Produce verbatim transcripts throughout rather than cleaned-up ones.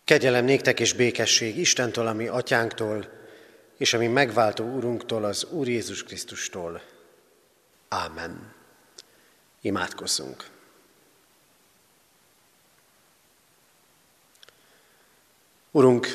Kegyelem néktek és békesség Istentől, a mi atyánktól, és a mi megváltó Urunktól, az Úr Jézus Krisztustól. Ámen. Imádkozzunk. Urunk,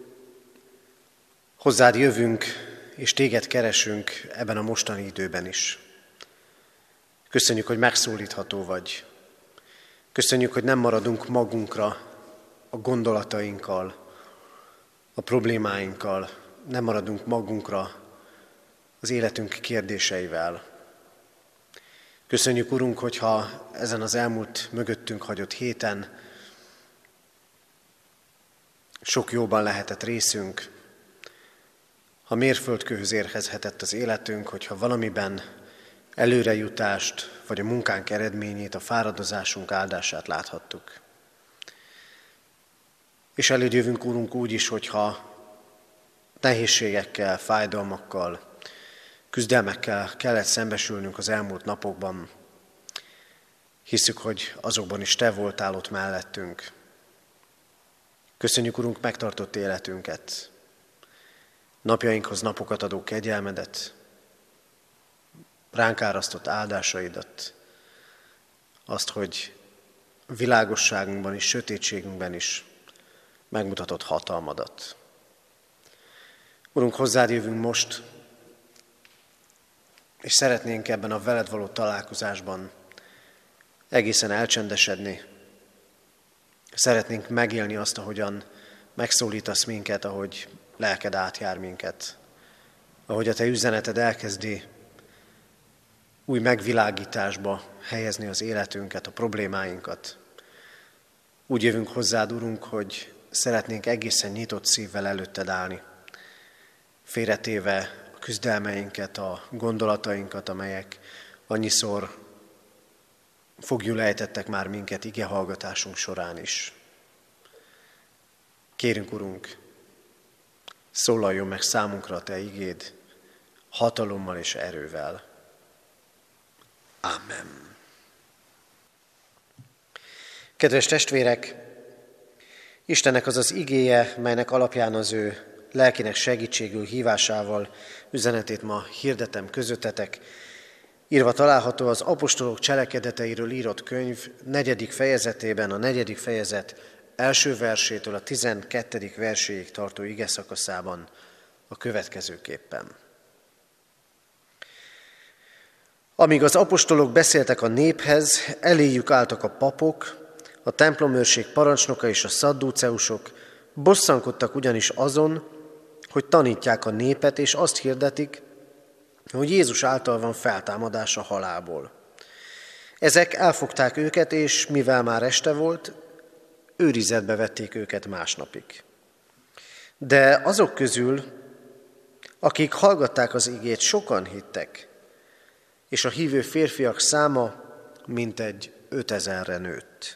hozzád jövünk, és téged keresünk ebben a mostani időben is. Köszönjük, hogy megszólítható vagy. Köszönjük, hogy nem maradunk magunkra a gondolatainkkal, a problémáinkkal, nem maradunk magunkra az életünk kérdéseivel. Köszönjük, Urunk, hogyha ezen az elmúlt mögöttünk hagyott héten sok jóban lehetett részünk, ha mérföldkőhöz érkezhetett az életünk, hogyha valamiben előrejutást, vagy a munkánk eredményét, a fáradozásunk áldását láthattuk. És eléd jövünk, Úrunk, úgy is, hogyha nehézségekkel, fájdalmakkal, küzdelmekkel kellett szembesülnünk az elmúlt napokban. Hisszük, hogy azokban is Te voltál ott mellettünk. Köszönjük, Urunk, megtartott életünket, napjainkhoz napokat adó kegyelmedet, ránk árasztott áldásaidat, azt, hogy világosságunkban is, sötétségünkben is megmutatott hatalmadat. Urunk, hozzád jövünk most, és szeretnénk ebben a veled való találkozásban egészen elcsendesedni. Szeretnénk megélni azt, ahogyan megszólítasz minket, ahogy lelked átjár minket, ahogy a te üzeneted elkezdi új megvilágításba helyezni az életünket, a problémáinkat. Úgy jövünk hozzád, Urunk, hogy szeretnénk egészen nyitott szívvel előtted állni, félretéve a küzdelmeinket, a gondolatainkat, amelyek annyiszor foglyul ejtettek már minket igehallgatásunk során is. Kérünk, Urunk, szólaljon meg számunkra a Te igéd, hatalommal és erővel. Amen. Kedves testvérek, Istennek az az igéje, melynek alapján az ő lelkének segítségül hívásával üzenetét ma hirdetem közöttetek, írva található az apostolok cselekedeteiről írott könyv negyedik fejezetében, a negyedik fejezet első versétől a tizenkettedik verséig tartó igeszakaszában a következőképpen. Amíg az apostolok beszéltek a néphez, eléjük álltak a papok, a templomőrség parancsnoka és a szaddúceusok, bosszankodtak ugyanis azon, hogy tanítják a népet, és azt hirdetik, hogy Jézus által van feltámadás a halálból. Ezek elfogták őket, és mivel már este volt, őrizetbe vették őket másnapig. De azok közül, akik hallgatták az igét, sokan hittek, és a hívő férfiak száma mintegy ötezerre nőtt.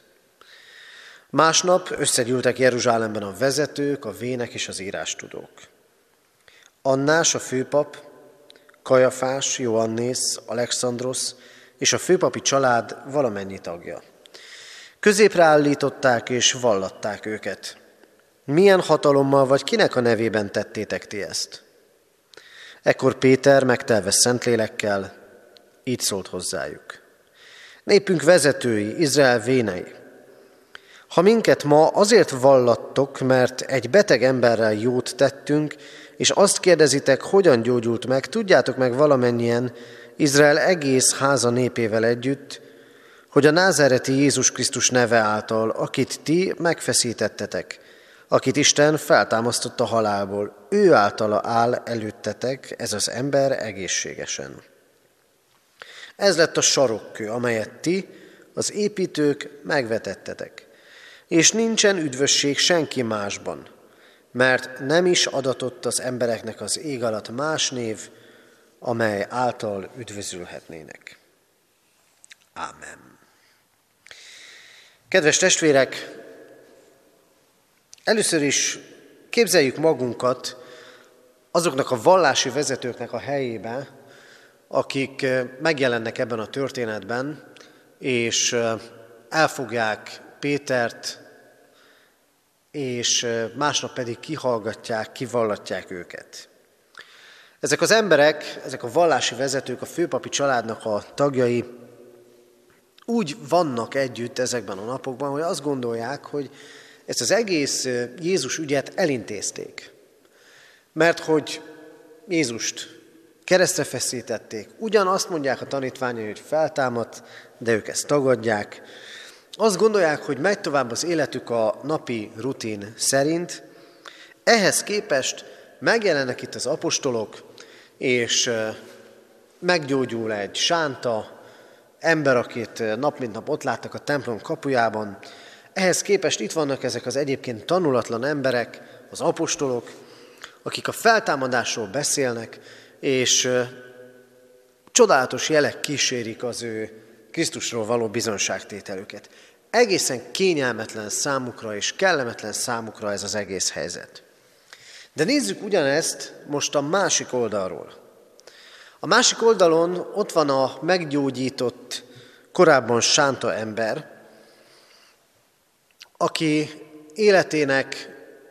Másnap összegyűltek Jeruzsálemben a vezetők, a vének és az írástudók. Annás a főpap, Kajafás, Joannész, Alexandrosz és a főpapi család valamennyi tagja. Középre állították és vallatták őket. Milyen hatalommal vagy kinek a nevében tettétek ti ezt? Ekkor Péter megtelve Szentlélekkel így szólt hozzájuk. Népünk vezetői, Izrael vénei, ha minket ma azért vallattok, mert egy beteg emberrel jót tettünk, és azt kérdezitek, hogyan gyógyult meg, tudjátok meg valamennyien Izrael egész háza népével együtt, hogy a názáreti Jézus Krisztus neve által, akit ti megfeszítettetek, akit Isten feltámasztott a halálból, ő általa áll előttetek ez az ember egészségesen. Ez lett a sarokkő, amelyet ti, az építők megvetettetek, és nincsen üdvösség senki másban, mert nem is adatott az embereknek az ég alatt más név, amely által üdvözülhetnének. Ámen. Kedves testvérek, először is képzeljük magunkat azoknak a vallási vezetőknek a helyébe, akik megjelennek ebben a történetben, és elfogják Pétert, és másnap pedig kihallgatják, kivallatják őket. Ezek az emberek, ezek a vallási vezetők, a főpapi családnak a tagjai úgy vannak együtt ezekben a napokban, hogy azt gondolják, hogy ezt az egész Jézus ügyet elintézték. Mert hogy Jézust keresztre feszítették, ugyan azt mondják a tanítványai, hogy feltámadt, de ők ezt tagadják. Azt gondolják, hogy megy tovább az életük a napi rutin szerint. Ehhez képest megjelennek itt az apostolok, és meggyógyul egy sánta ember, akit nap mint nap ott láttak a templom kapujában. Ehhez képest itt vannak ezek az egyébként tanulatlan emberek, az apostolok, akik a feltámadásról beszélnek, és csodálatos jelek kísérik az ő Krisztusról való bizonságtételüket. Egészen kényelmetlen számukra és kellemetlen számukra ez az egész helyzet. De nézzük ugyanezt most a másik oldalról. A másik oldalon ott van a meggyógyított, korábban sánta ember, aki életének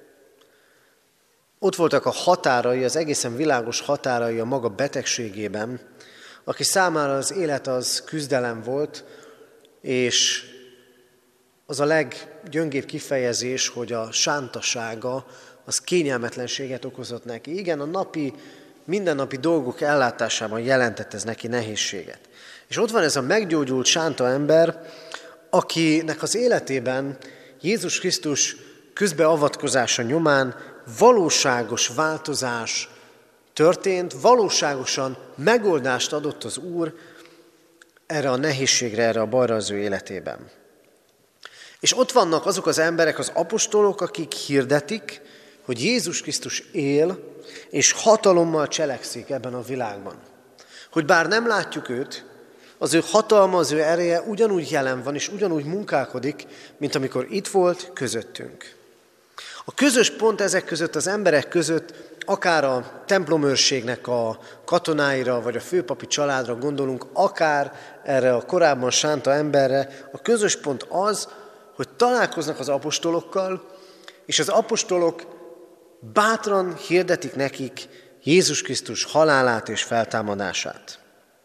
ott voltak a határai, az egészen világos határai a maga betegségében, aki számára az élet az küzdelem volt, és az a leggyöngébb kifejezés, hogy a sántasága az kényelmetlenséget okozott neki. Igen, a napi, mindennapi dolgok ellátásában jelentett ez neki nehézséget. És ott van ez a meggyógyult sánta ember, akinek az életében Jézus Krisztus közbeavatkozása nyomán valóságos változás történt, valóságosan megoldást adott az Úr erre a nehézségre, erre a bajra az ő életében. És ott vannak azok az emberek, az apostolok, akik hirdetik, hogy Jézus Krisztus él, és hatalommal cselekszik ebben a világban. Hogy bár nem látjuk őt, az ő hatalma, az ő ereje ugyanúgy jelen van, és ugyanúgy munkálkodik, mint amikor itt volt közöttünk. A közös pont ezek között, az emberek között, akár a templomőrségnek a katonáira, vagy a főpapi családra gondolunk, akár erre a korábban sánta emberre, a közös pont az, hogy találkoznak az apostolokkal, és az apostolok bátran hirdetik nekik Jézus Krisztus halálát és feltámadását.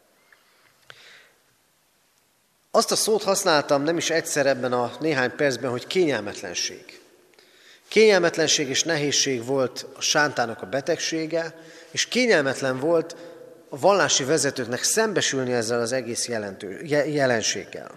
Azt a szót használtam nem is egyszer ebben a néhány percben, hogy kényelmetlenség. Kényelmetlenség és nehézség volt a sántának a betegsége, és kényelmetlen volt a vallási vezetőknek szembesülni ezzel az egész jelentő, jelenséggel.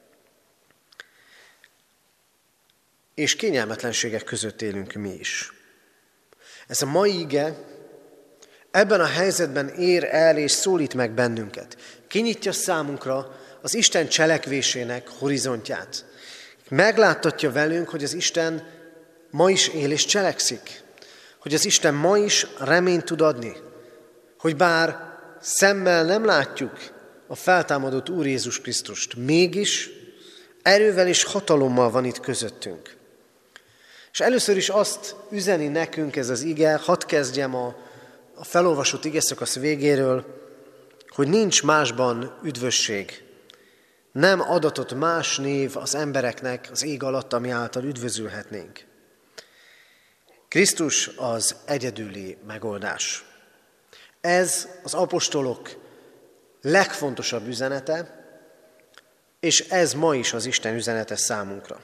És kényelmetlenségek között élünk mi is. Ez a mai ige ebben a helyzetben ér el és szólít meg bennünket. Kinyitja számunkra az Isten cselekvésének horizontját. Megláttatja velünk, hogy az Isten ma is él és cselekszik. Hogy az Isten ma is reményt tud adni. Hogy bár szemmel nem látjuk a feltámadott Úr Jézus Krisztust, mégis erővel és hatalommal van itt közöttünk. És először is azt üzeni nekünk ez az ige, hadd kezdjem a, a felolvasott igeszakasz végéről, hogy nincs másban üdvösség. Nem adatott más név az embereknek az ég alatt, ami által üdvözülhetnénk. Krisztus az egyedüli megoldás. Ez az apostolok legfontosabb üzenete, és ez ma is az Isten üzenete számunkra.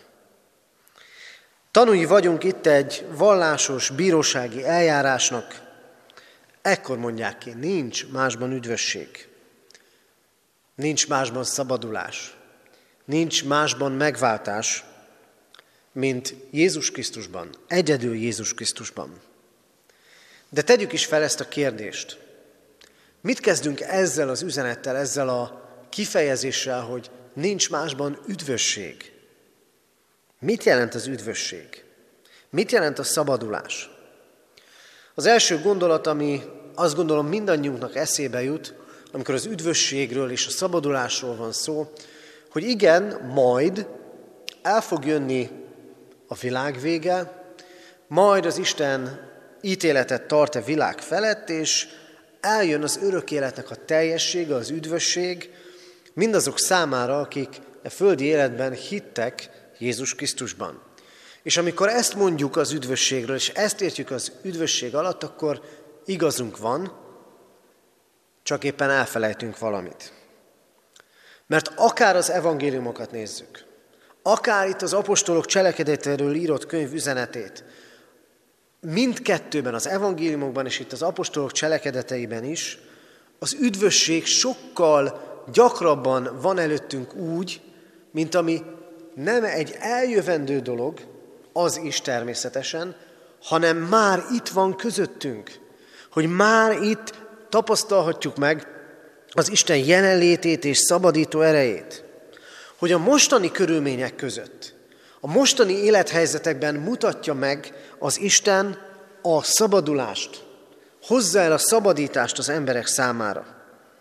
Tanúi vagyunk itt egy vallásos, bírósági eljárásnak, ekkor mondják ki, nincs másban üdvösség, nincs másban szabadulás, nincs másban megváltás, mint Jézus Krisztusban, egyedül Jézus Krisztusban. De tegyük is fel ezt a kérdést. Mit kezdünk ezzel az üzenettel, ezzel a kifejezéssel, hogy nincs másban üdvösség? Mit jelent az üdvösség? Mit jelent a szabadulás? Az első gondolat, ami azt gondolom mindannyiunknak eszébe jut, amikor az üdvösségről és a szabadulásról van szó, hogy igen, majd el fog jönni a világ vége, majd az Isten ítéletet tart a világ felett, és eljön az örök életnek a teljessége, az üdvösség mindazok számára, akik a földi életben hittek Jézus Krisztusban. És amikor ezt mondjuk az üdvösségről, és ezt értjük az üdvösség alatt, akkor igazunk van, csak éppen elfelejtünk valamit. Mert akár az evangéliumokat nézzük, akár itt az apostolok cselekedetéről írott könyv üzenetét, mindkettőben, az evangéliumokban és itt az apostolok cselekedeteiben is, az üdvösség sokkal gyakrabban van előttünk úgy, mint ami nem egy eljövendő dolog, az is természetesen, hanem már itt van közöttünk, hogy már itt tapasztalhatjuk meg az Isten jelenlétét és szabadító erejét, hogy a mostani körülmények között, a mostani élethelyzetekben mutatja meg az Isten a szabadulást, hozza el a szabadítást az emberek számára.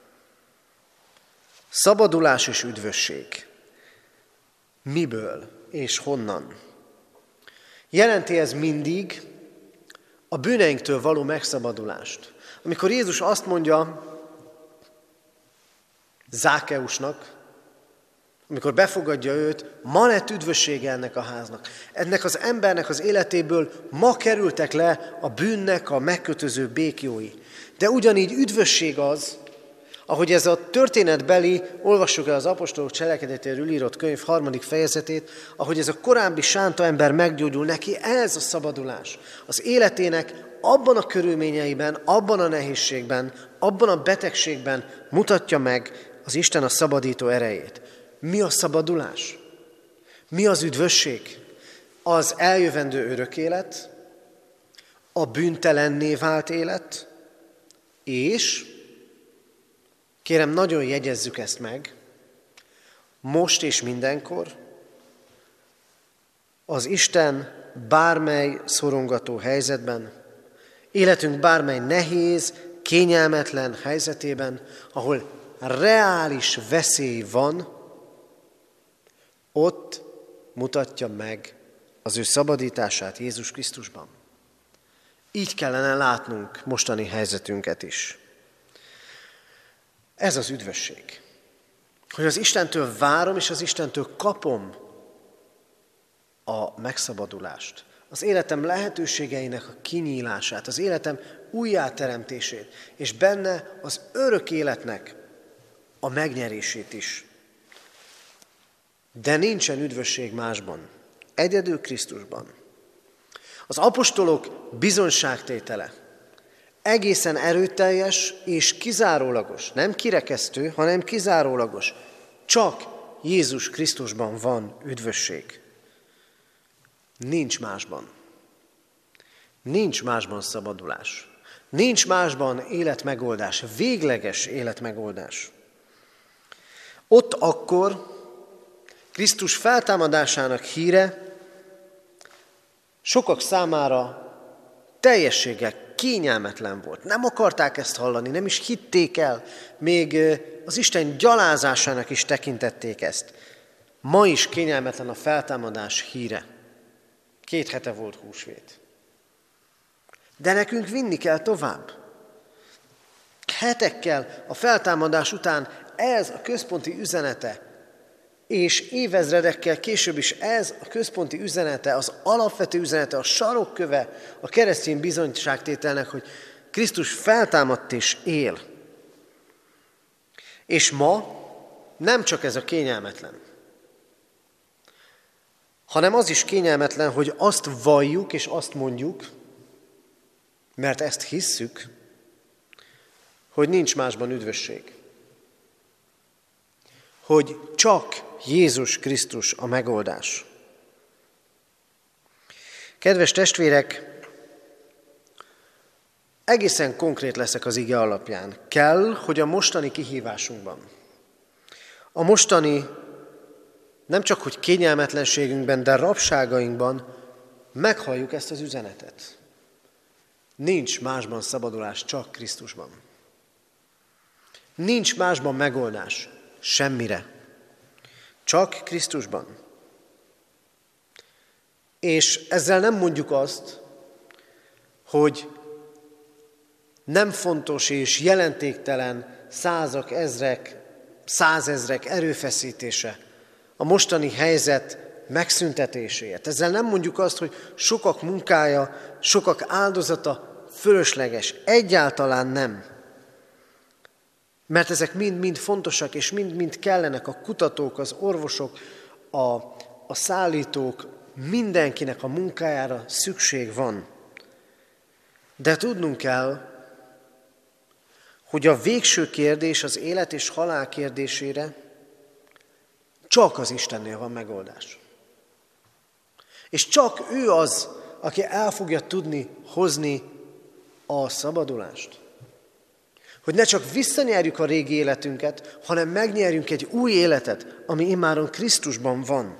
Szabadulás és üdvösség. Miből és honnan? Jelenti ez mindig a bűneinktől való megszabadulást. Amikor Jézus azt mondja Zákeusnak, amikor befogadja őt, ma lett üdvössége ennek a háznak. Ennek az embernek az életéből ma kerültek le a bűnnek a megkötöző békjói. De ugyanígy üdvösség az, ahogy ez a történetbeli, olvassuk el az apostolok cselekedetéről írott könyv harmadik fejezetét, ahogy ez a korábbi sánta ember meggyógyul neki, ez a szabadulás. Az életének abban a körülményeiben, abban a nehézségben, abban a betegségben mutatja meg az Isten a szabadító erejét. Mi a szabadulás? Mi az üdvösség? Az eljövendő örök élet, a bűntelenné vált élet, és, kérem, nagyon jegyezzük ezt meg, most és mindenkor az Isten bármely szorongató helyzetben, életünk bármely nehéz, kényelmetlen helyzetében, ahol reális veszély van, ott mutatja meg az ő szabadítását Jézus Krisztusban. Így kellene látnunk mostani helyzetünket is. Ez az üdvösség. Hogy az Istentől várom, és az Istentől kapom a megszabadulást. Az életem lehetőségeinek a kinyílását, az életem újjáteremtését, és benne az örök életnek a megnyerését is. De nincsen üdvösség másban, egyedül Krisztusban. Az apostolok bizonyságtétele egészen erőteljes és kizárólagos, nem kirekesztő, hanem kizárólagos. Csak Jézus Krisztusban van üdvösség. Nincs másban. Nincs másban szabadulás. Nincs másban életmegoldás, végleges életmegoldás. Ott akkor Krisztus feltámadásának híre sokak számára teljességgel kényelmetlen volt. Nem akarták ezt hallani, nem is hitték el, még az Isten gyalázásának is tekintették ezt. Ma is kényelmetlen a feltámadás híre. Két hete volt húsvét. De nekünk vinni kell tovább. Hetekkel a feltámadás után ez a központi üzenete, és évezredekkel később is ez a központi üzenete, az alapvető üzenete, a sarokköve a keresztény bizonyságtételnek, hogy Krisztus feltámadt és él. És ma nem csak ez a kényelmetlen, hanem az is kényelmetlen, hogy azt valljuk és azt mondjuk, mert ezt hisszük, hogy nincs másban üdvösség. Hogy csak Jézus Krisztus a megoldás. Kedves testvérek, egészen konkrét leszek az ige alapján. Kell, hogy a mostani kihívásunkban, a mostani nem csak hogy kényelmetlenségünkben, de rabságainkban meghalljuk ezt az üzenetet. Nincs másban szabadulás, csak Krisztusban. Nincs másban megoldás, semmire. Csak Krisztusban. És ezzel nem mondjuk azt, hogy nem fontos és jelentéktelen százak, ezrek, százezrek erőfeszítése a mostani helyzet megszüntetéséért. Ezzel nem mondjuk azt, hogy sokak munkája, sokak áldozata fölösleges. Egyáltalán nem. Mert ezek mind-mind fontosak, és mind-mind kellenek a kutatók, az orvosok, a, a szállítók, mindenkinek a munkájára szükség van. De tudnunk kell, hogy a végső kérdés, az élet és halál kérdésére csak az Istennél van megoldás. És csak ő az, aki el fogja tudni hozni a szabadulást. Hogy ne csak visszanyerjük a régi életünket, hanem megnyerjünk egy új életet, ami immáron Krisztusban van.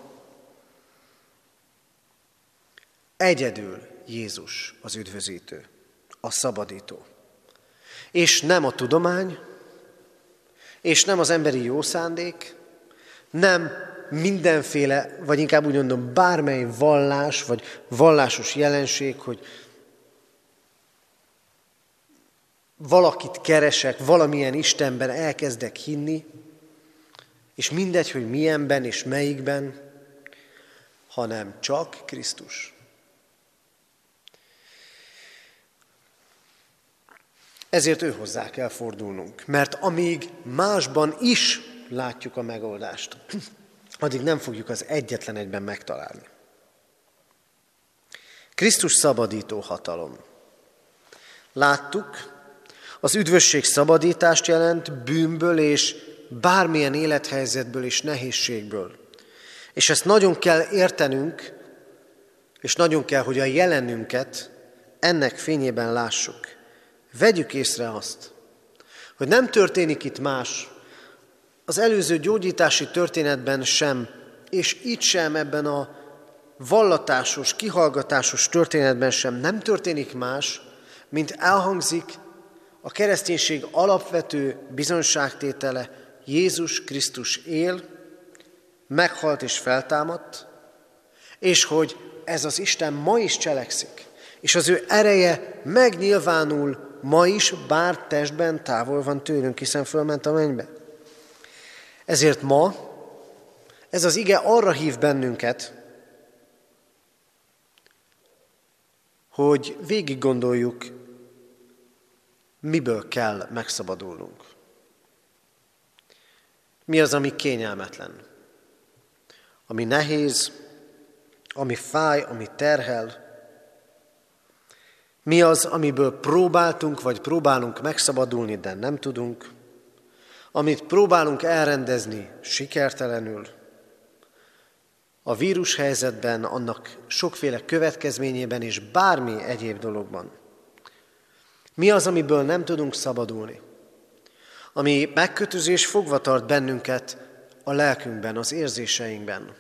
Egyedül Jézus az üdvözítő, a szabadító. És nem a tudomány, és nem az emberi jó szándék, nem mindenféle, vagy inkább úgy mondom, bármely vallás, vagy vallásos jelenség, hogy valakit keresek, valamilyen Istenben elkezdek hinni, és mindegy, hogy milyenben és melyikben, hanem csak Krisztus. Ezért ő hozzá kell fordulnunk, mert amíg másban is látjuk a megoldást, addig nem fogjuk az egyetlen egyben megtalálni. Krisztus szabadító hatalom. Láttuk, az üdvösség szabadítást jelent bűnből és bármilyen élethelyzetből és nehézségből. És ezt nagyon kell értenünk, és nagyon kell, hogy a jelenünket ennek fényében lássuk. Vegyük észre azt, hogy nem történik itt más, az előző gyógyítási történetben sem, és itt sem ebben a vallatásos, kihallgatásos történetben sem nem történik más, mint elhangzik a kereszténység alapvető bizonyságtétele: Jézus Krisztus él, meghalt és feltámadt, és hogy ez az Isten ma is cselekszik, és az ő ereje megnyilvánul ma is, bár testben távol van tőlünk, hiszen fölment a mennybe. Ezért ma ez az ige arra hív bennünket, hogy végig gondoljuk, miből kell megszabadulnunk. Mi az, ami kényelmetlen, ami nehéz, ami fáj, ami terhel. Mi az, amiből próbáltunk, vagy próbálunk megszabadulni, de nem tudunk. Amit próbálunk elrendezni sikertelenül. A vírushelyzetben, annak sokféle következményében és bármi egyéb dologban. Mi az, amiből nem tudunk szabadulni? Ami megkötözés fogva tart bennünket a lelkünkben, az érzéseinkben,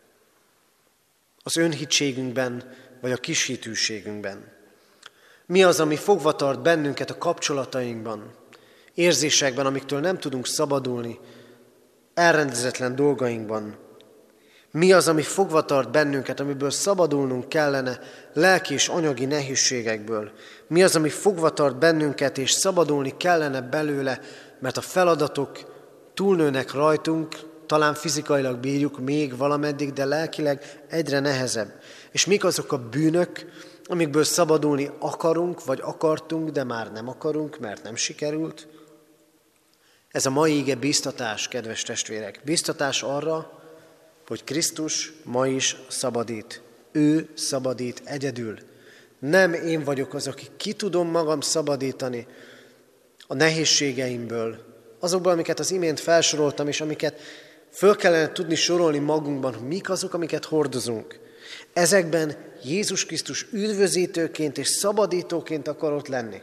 az önhitségünkben, vagy a kishitűségünkben. Mi az, ami fogva tart bennünket a kapcsolatainkban, érzésekben, amiktől nem tudunk szabadulni, elrendezetlen dolgainkban. Mi az, ami fogva tart bennünket, amiből szabadulnunk kellene lelki és anyagi nehézségekből? Mi az, ami fogva tart bennünket, és szabadulni kellene belőle, mert a feladatok túlnőnek rajtunk, talán fizikailag bírjuk még valameddig, de lelkileg egyre nehezebb. És mik azok a bűnök, amikből szabadulni akarunk, vagy akartunk, de már nem akarunk, mert nem sikerült? Ez a mai ige biztatás, kedves testvérek. Biztatás arra, hogy Krisztus ma is szabadít. Ő szabadít egyedül. Nem én vagyok az, aki ki tudom magam szabadítani a nehézségeimből, azokból, amiket az imént felsoroltam, és amiket föl kellene tudni sorolni magunkban, hogy mik azok, amiket hordozunk. Ezekben Jézus Krisztus üdvözítőként és szabadítóként akar ott lenni.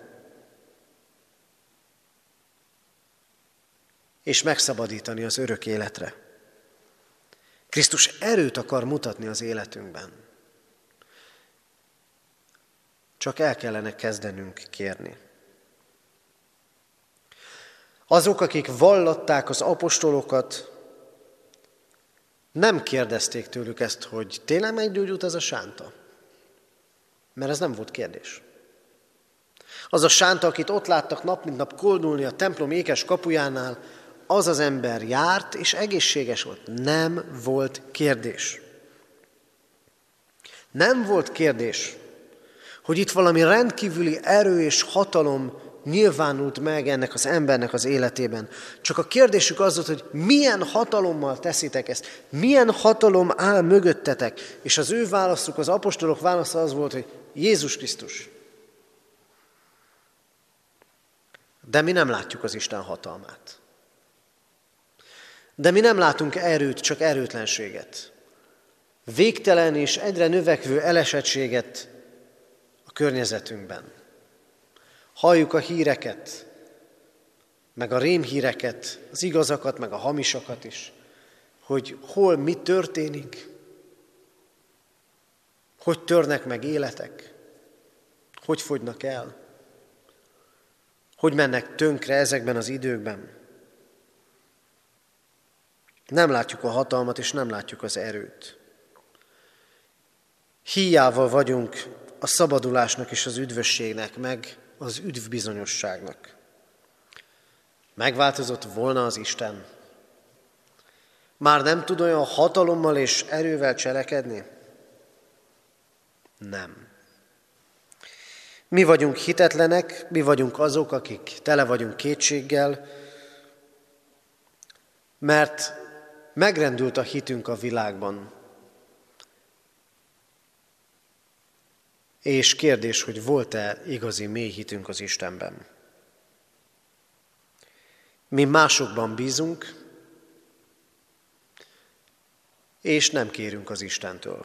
És megszabadítani az örök életre. Krisztus erőt akar mutatni az életünkben. Csak el kellene kezdenünk kérni. Azok, akik vallatták az apostolokat, nem kérdezték tőlük ezt, hogy tényleg meggyógyult ez a sánta? Mert ez nem volt kérdés. Az a sánta, akit ott láttak nap mint nap koldulni a templom ékes kapujánál, az az ember járt, és egészséges volt. Nem volt kérdés. Nem volt kérdés, hogy itt valami rendkívüli erő és hatalom nyilvánult meg ennek az embernek az életében. Csak a kérdésük az volt, hogy milyen hatalommal teszitek ezt, milyen hatalom áll mögöttetek. És az ő válaszuk, az apostolok válasza az volt, hogy Jézus Krisztus. De mi nem látjuk az Isten hatalmát. De mi nem látunk erőt, csak erőtlenséget. Végtelen és egyre növekvő elesettséget a környezetünkben. Halljuk a híreket, meg a rémhíreket, az igazakat, meg a hamisakat is, hogy hol mi történik, hogy törnek meg életek, hogy fogynak el, hogy mennek tönkre ezekben az időkben. Nem látjuk a hatalmat, és nem látjuk az erőt. Híjával vagyunk a szabadulásnak és az üdvösségnek, meg az üdvbizonyosságnak. Megváltozott volna az Isten? Már nem tud olyan hatalommal és erővel cselekedni? Nem. Mi vagyunk hitetlenek, mi vagyunk azok, akik tele vagyunk kétséggel, mert megrendült a hitünk a világban. És kérdés, hogy volt-e igazi mély hitünk az Istenben. Mi másokban bízunk, és nem kérünk az Istentől.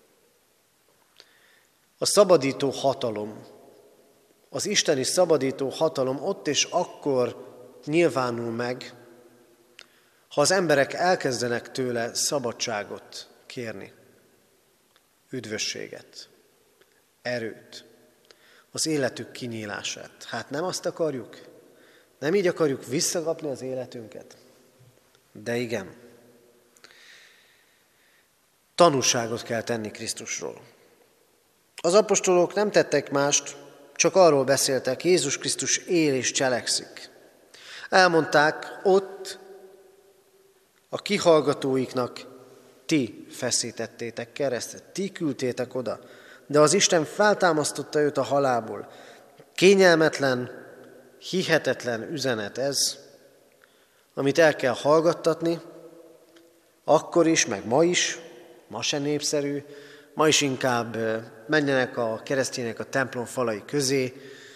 A szabadító hatalom, az isteni szabadító hatalom ott és akkor nyilvánul meg, ha az emberek elkezdenek tőle szabadságot kérni, üdvösséget, erőt, az életük kinyílását. Hát nem azt akarjuk? Nem így akarjuk visszakapni az életünket? De igen. Tanúságot kell tenni Krisztusról. Az apostolok nem tettek mást, csak arról beszéltek, Jézus Krisztus él és cselekszik. Elmondták ott a kihallgatóiknak, ti feszítettétek keresztet, ti küldtétek oda, de az Isten feltámasztotta őt a halálból. Kényelmetlen, hihetetlen üzenet ez, amit el kell hallgattatni, akkor is, meg ma is, ma se népszerű, ma is inkább menjenek a keresztények a templom falai közé,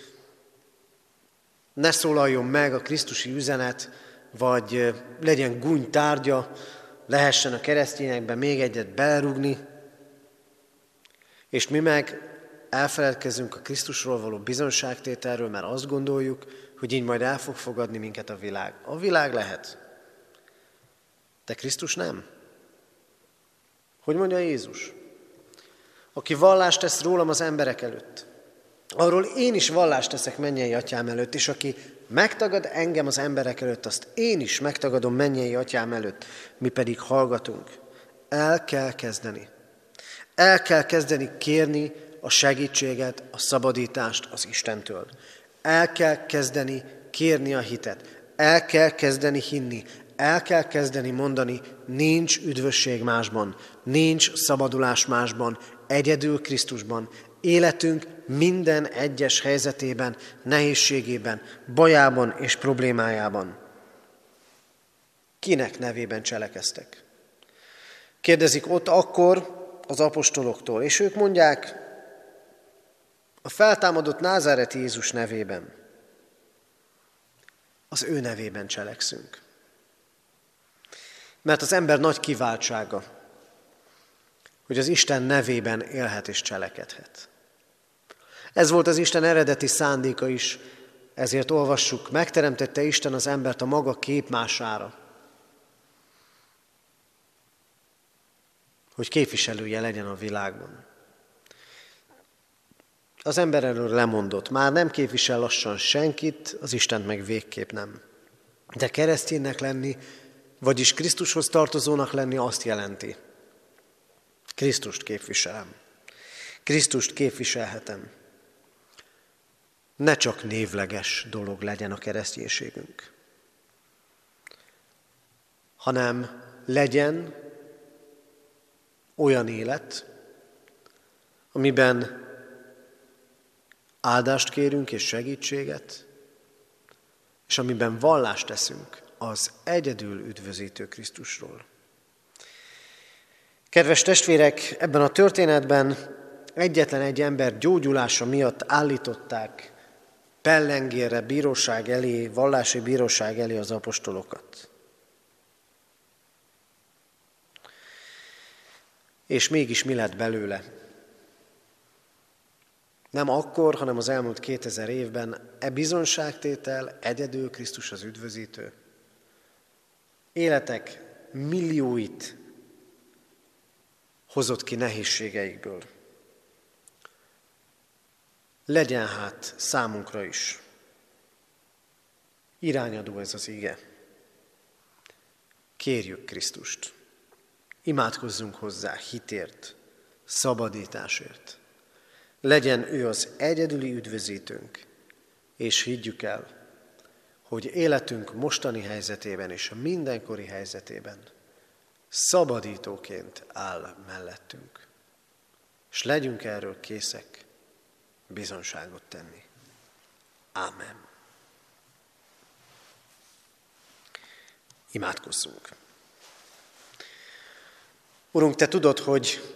ne szólaljon meg a krisztusi üzenet, vagy legyen gúny tárgya, lehessen a keresztényekben még egyet belerúgni, és mi meg elfeledkezünk a Krisztusról való bizonságtételről, mert azt gondoljuk, hogy így majd el fog fogadni minket a világ. A világ lehet, de Krisztus nem. Hogy mondja Jézus? Aki vallást tesz rólam az emberek előtt, arról én is vallást teszek mennyei atyám előtt, és aki megtagad engem az emberek előtt, azt én is megtagadom mennyei atyám előtt, mi pedig hallgatunk. El kell kezdeni. El kell kezdeni kérni a segítséget, a szabadítást az Istentől. El kell kezdeni kérni a hitet. El kell kezdeni hinni. El kell kezdeni mondani, nincs üdvösség másban, nincs szabadulás másban, egyedül Krisztusban. Életünk minden egyes helyzetében, nehézségében, bajában és problémájában. Kinek nevében cselekeztek? Kérdezik ott akkor az apostoloktól, és ők mondják, a feltámadott názáreti Jézus nevében. Az ő nevében cselekszünk. Mert az ember nagy kiváltsága, hogy az Isten nevében élhet és cselekedhet. Ez volt az Isten eredeti szándéka is, ezért olvassuk, megteremtette Isten az embert a maga képmására, hogy képviselője legyen a világban. Az ember erről lemondott, már nem képvisel lassan senkit, az Istent meg végképp nem. De kereszténynek lenni, vagyis Krisztushoz tartozónak lenni azt jelenti. Krisztust képviselem. Krisztust képviselhetem. Ne csak névleges dolog legyen a kereszténységünk, hanem legyen olyan élet, amiben áldást kérünk és segítséget, és amiben vallást teszünk az egyedül üdvözítő Krisztusról. Kedves testvérek, ebben a történetben egyetlen egy ember gyógyulása miatt állították pellengérre, bíróság elé, vallási bíróság elé az apostolokat. És mégis mi lett belőle? Nem akkor, hanem az elmúlt kétezer évben e bizonságtétel egyedül Krisztus az üdvözítő. Életek millióit hozott ki nehézségeikből. Legyen hát számunkra is irányadó ez az ige. Kérjük Krisztust, imádkozzunk hozzá hitért, szabadításért. Legyen ő az egyedüli üdvözítőnk, és higgyük el, hogy életünk mostani helyzetében és a mindenkori helyzetében szabadítóként áll mellettünk. És legyünk erről készek bizonságot tenni. Ámen. Imádkozzunk. Urunk, Te tudod, hogy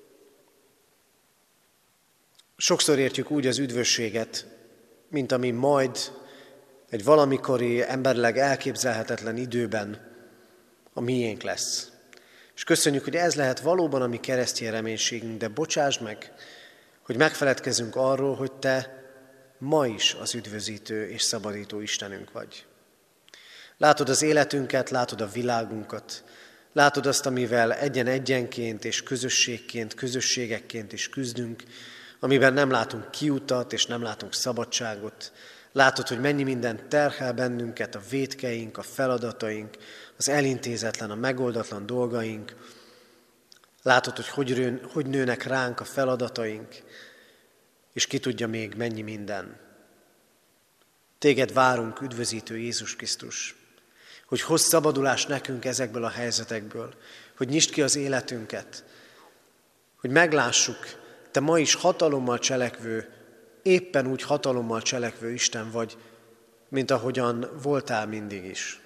sokszor értjük úgy az üdvösséget, mint ami majd egy valamikori emberileg elképzelhetetlen időben a miénk lesz. És köszönjük, hogy ez lehet valóban a mi keresztény reménységünk, de bocsásd meg, hogy megfeledkezünk arról, hogy Te ma is az üdvözítő és szabadító Istenünk vagy. Látod az életünket, látod a világunkat, látod azt, amivel egyen-egyenként és közösségként, közösségekként is küzdünk, amiben nem látunk kiutat és nem látunk szabadságot. Látod, hogy mennyi minden terhel bennünket, a vétkeink, a feladataink, az elintézetlen, a megoldatlan dolgaink. Látod, hogy hogy, rő, hogy nőnek ránk a feladataink, és ki tudja még mennyi minden. Téged várunk, üdvözítő Jézus Krisztus, hogy hozz szabadulást nekünk ezekből a helyzetekből, hogy nyisd ki az életünket, hogy meglássuk, Te ma is hatalommal cselekvő, éppen úgy hatalommal cselekvő Isten vagy, mint ahogyan voltál mindig is.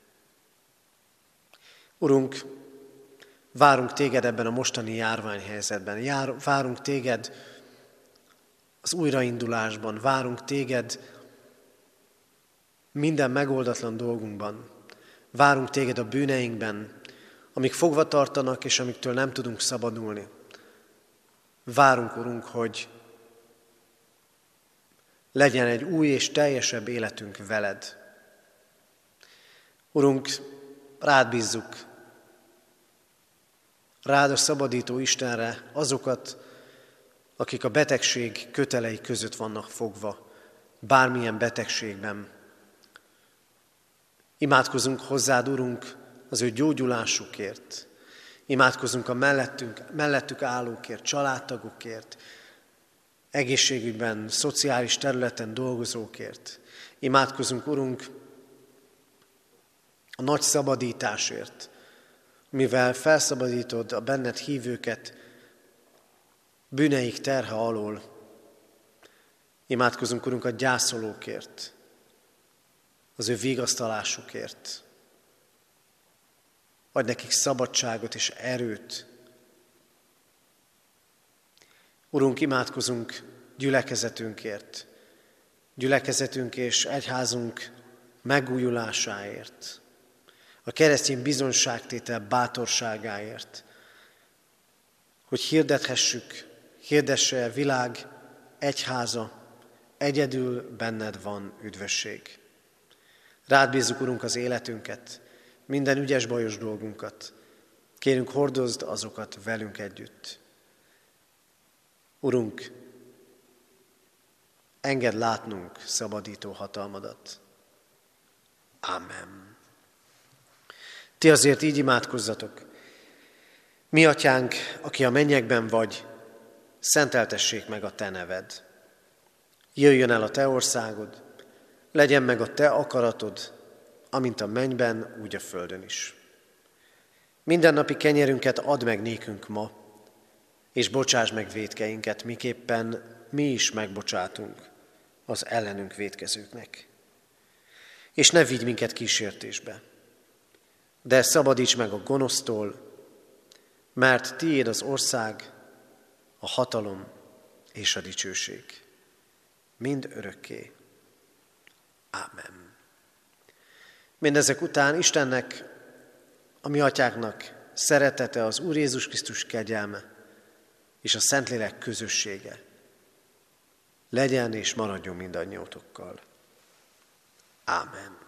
Urunk, várunk Téged ebben a mostani járványhelyzetben, Jár, várunk Téged az újraindulásban, várunk Téged minden megoldatlan dolgunkban, várunk Téged a bűneinkben, amik fogva tartanak és amiktől nem tudunk szabadulni. Várunk, Urunk, hogy legyen egy új és teljesebb életünk veled. Urunk, rád bízzuk, rád a szabadító Istenre azokat, akik a betegség kötelei között vannak fogva, bármilyen betegségben. Imádkozunk hozzád, Urunk, az ő gyógyulásukért. Imádkozunk a mellettünk, mellettük állókért, családtagokért, egészségügyben, szociális területen dolgozókért. Imádkozunk, Urunk, a nagy szabadításért, mivel felszabadítod a benned hívőket bűneik terhe alól. Imádkozunk, Urunk, a gyászolókért, az ő vigasztalásukért. Adj nekik szabadságot és erőt. Urunk, imádkozunk gyülekezetünkért, gyülekezetünk és egyházunk megújulásáért, a keresztény bizonságtétel bátorságáért, hogy hirdethessük, hirdesse a világ egyháza, egyedül benned van üdvösség. Rád bízzuk, Urunk, az életünket, minden ügyes bajos dolgunkat. Kérünk, hordozd azokat velünk együtt. Urunk, engedd látnunk szabadító hatalmadat. Amen. Ti azért így imádkozzatok. Mi atyánk, aki a mennyekben vagy, szenteltessék meg a te neved. Jöjjön el a te országod, legyen meg a te akaratod, amint a mennyben, úgy a földön is. Mindennapi kenyerünket add meg nékünk ma, és bocsáss meg vétkeinket, miképpen mi is megbocsátunk az ellenünk vétkezőknek. És ne vigy minket kísértésbe, de szabadíts meg a gonosztól, mert tiéd az ország, a hatalom és a dicsőség. Mind örökké. Ámen. Mindezek után Istennek, a mi atyáknak szeretete, az Úr Jézus Krisztus kegyelme és a Szentlélek közössége legyen és maradjon mindannyiótokkal. Ámen.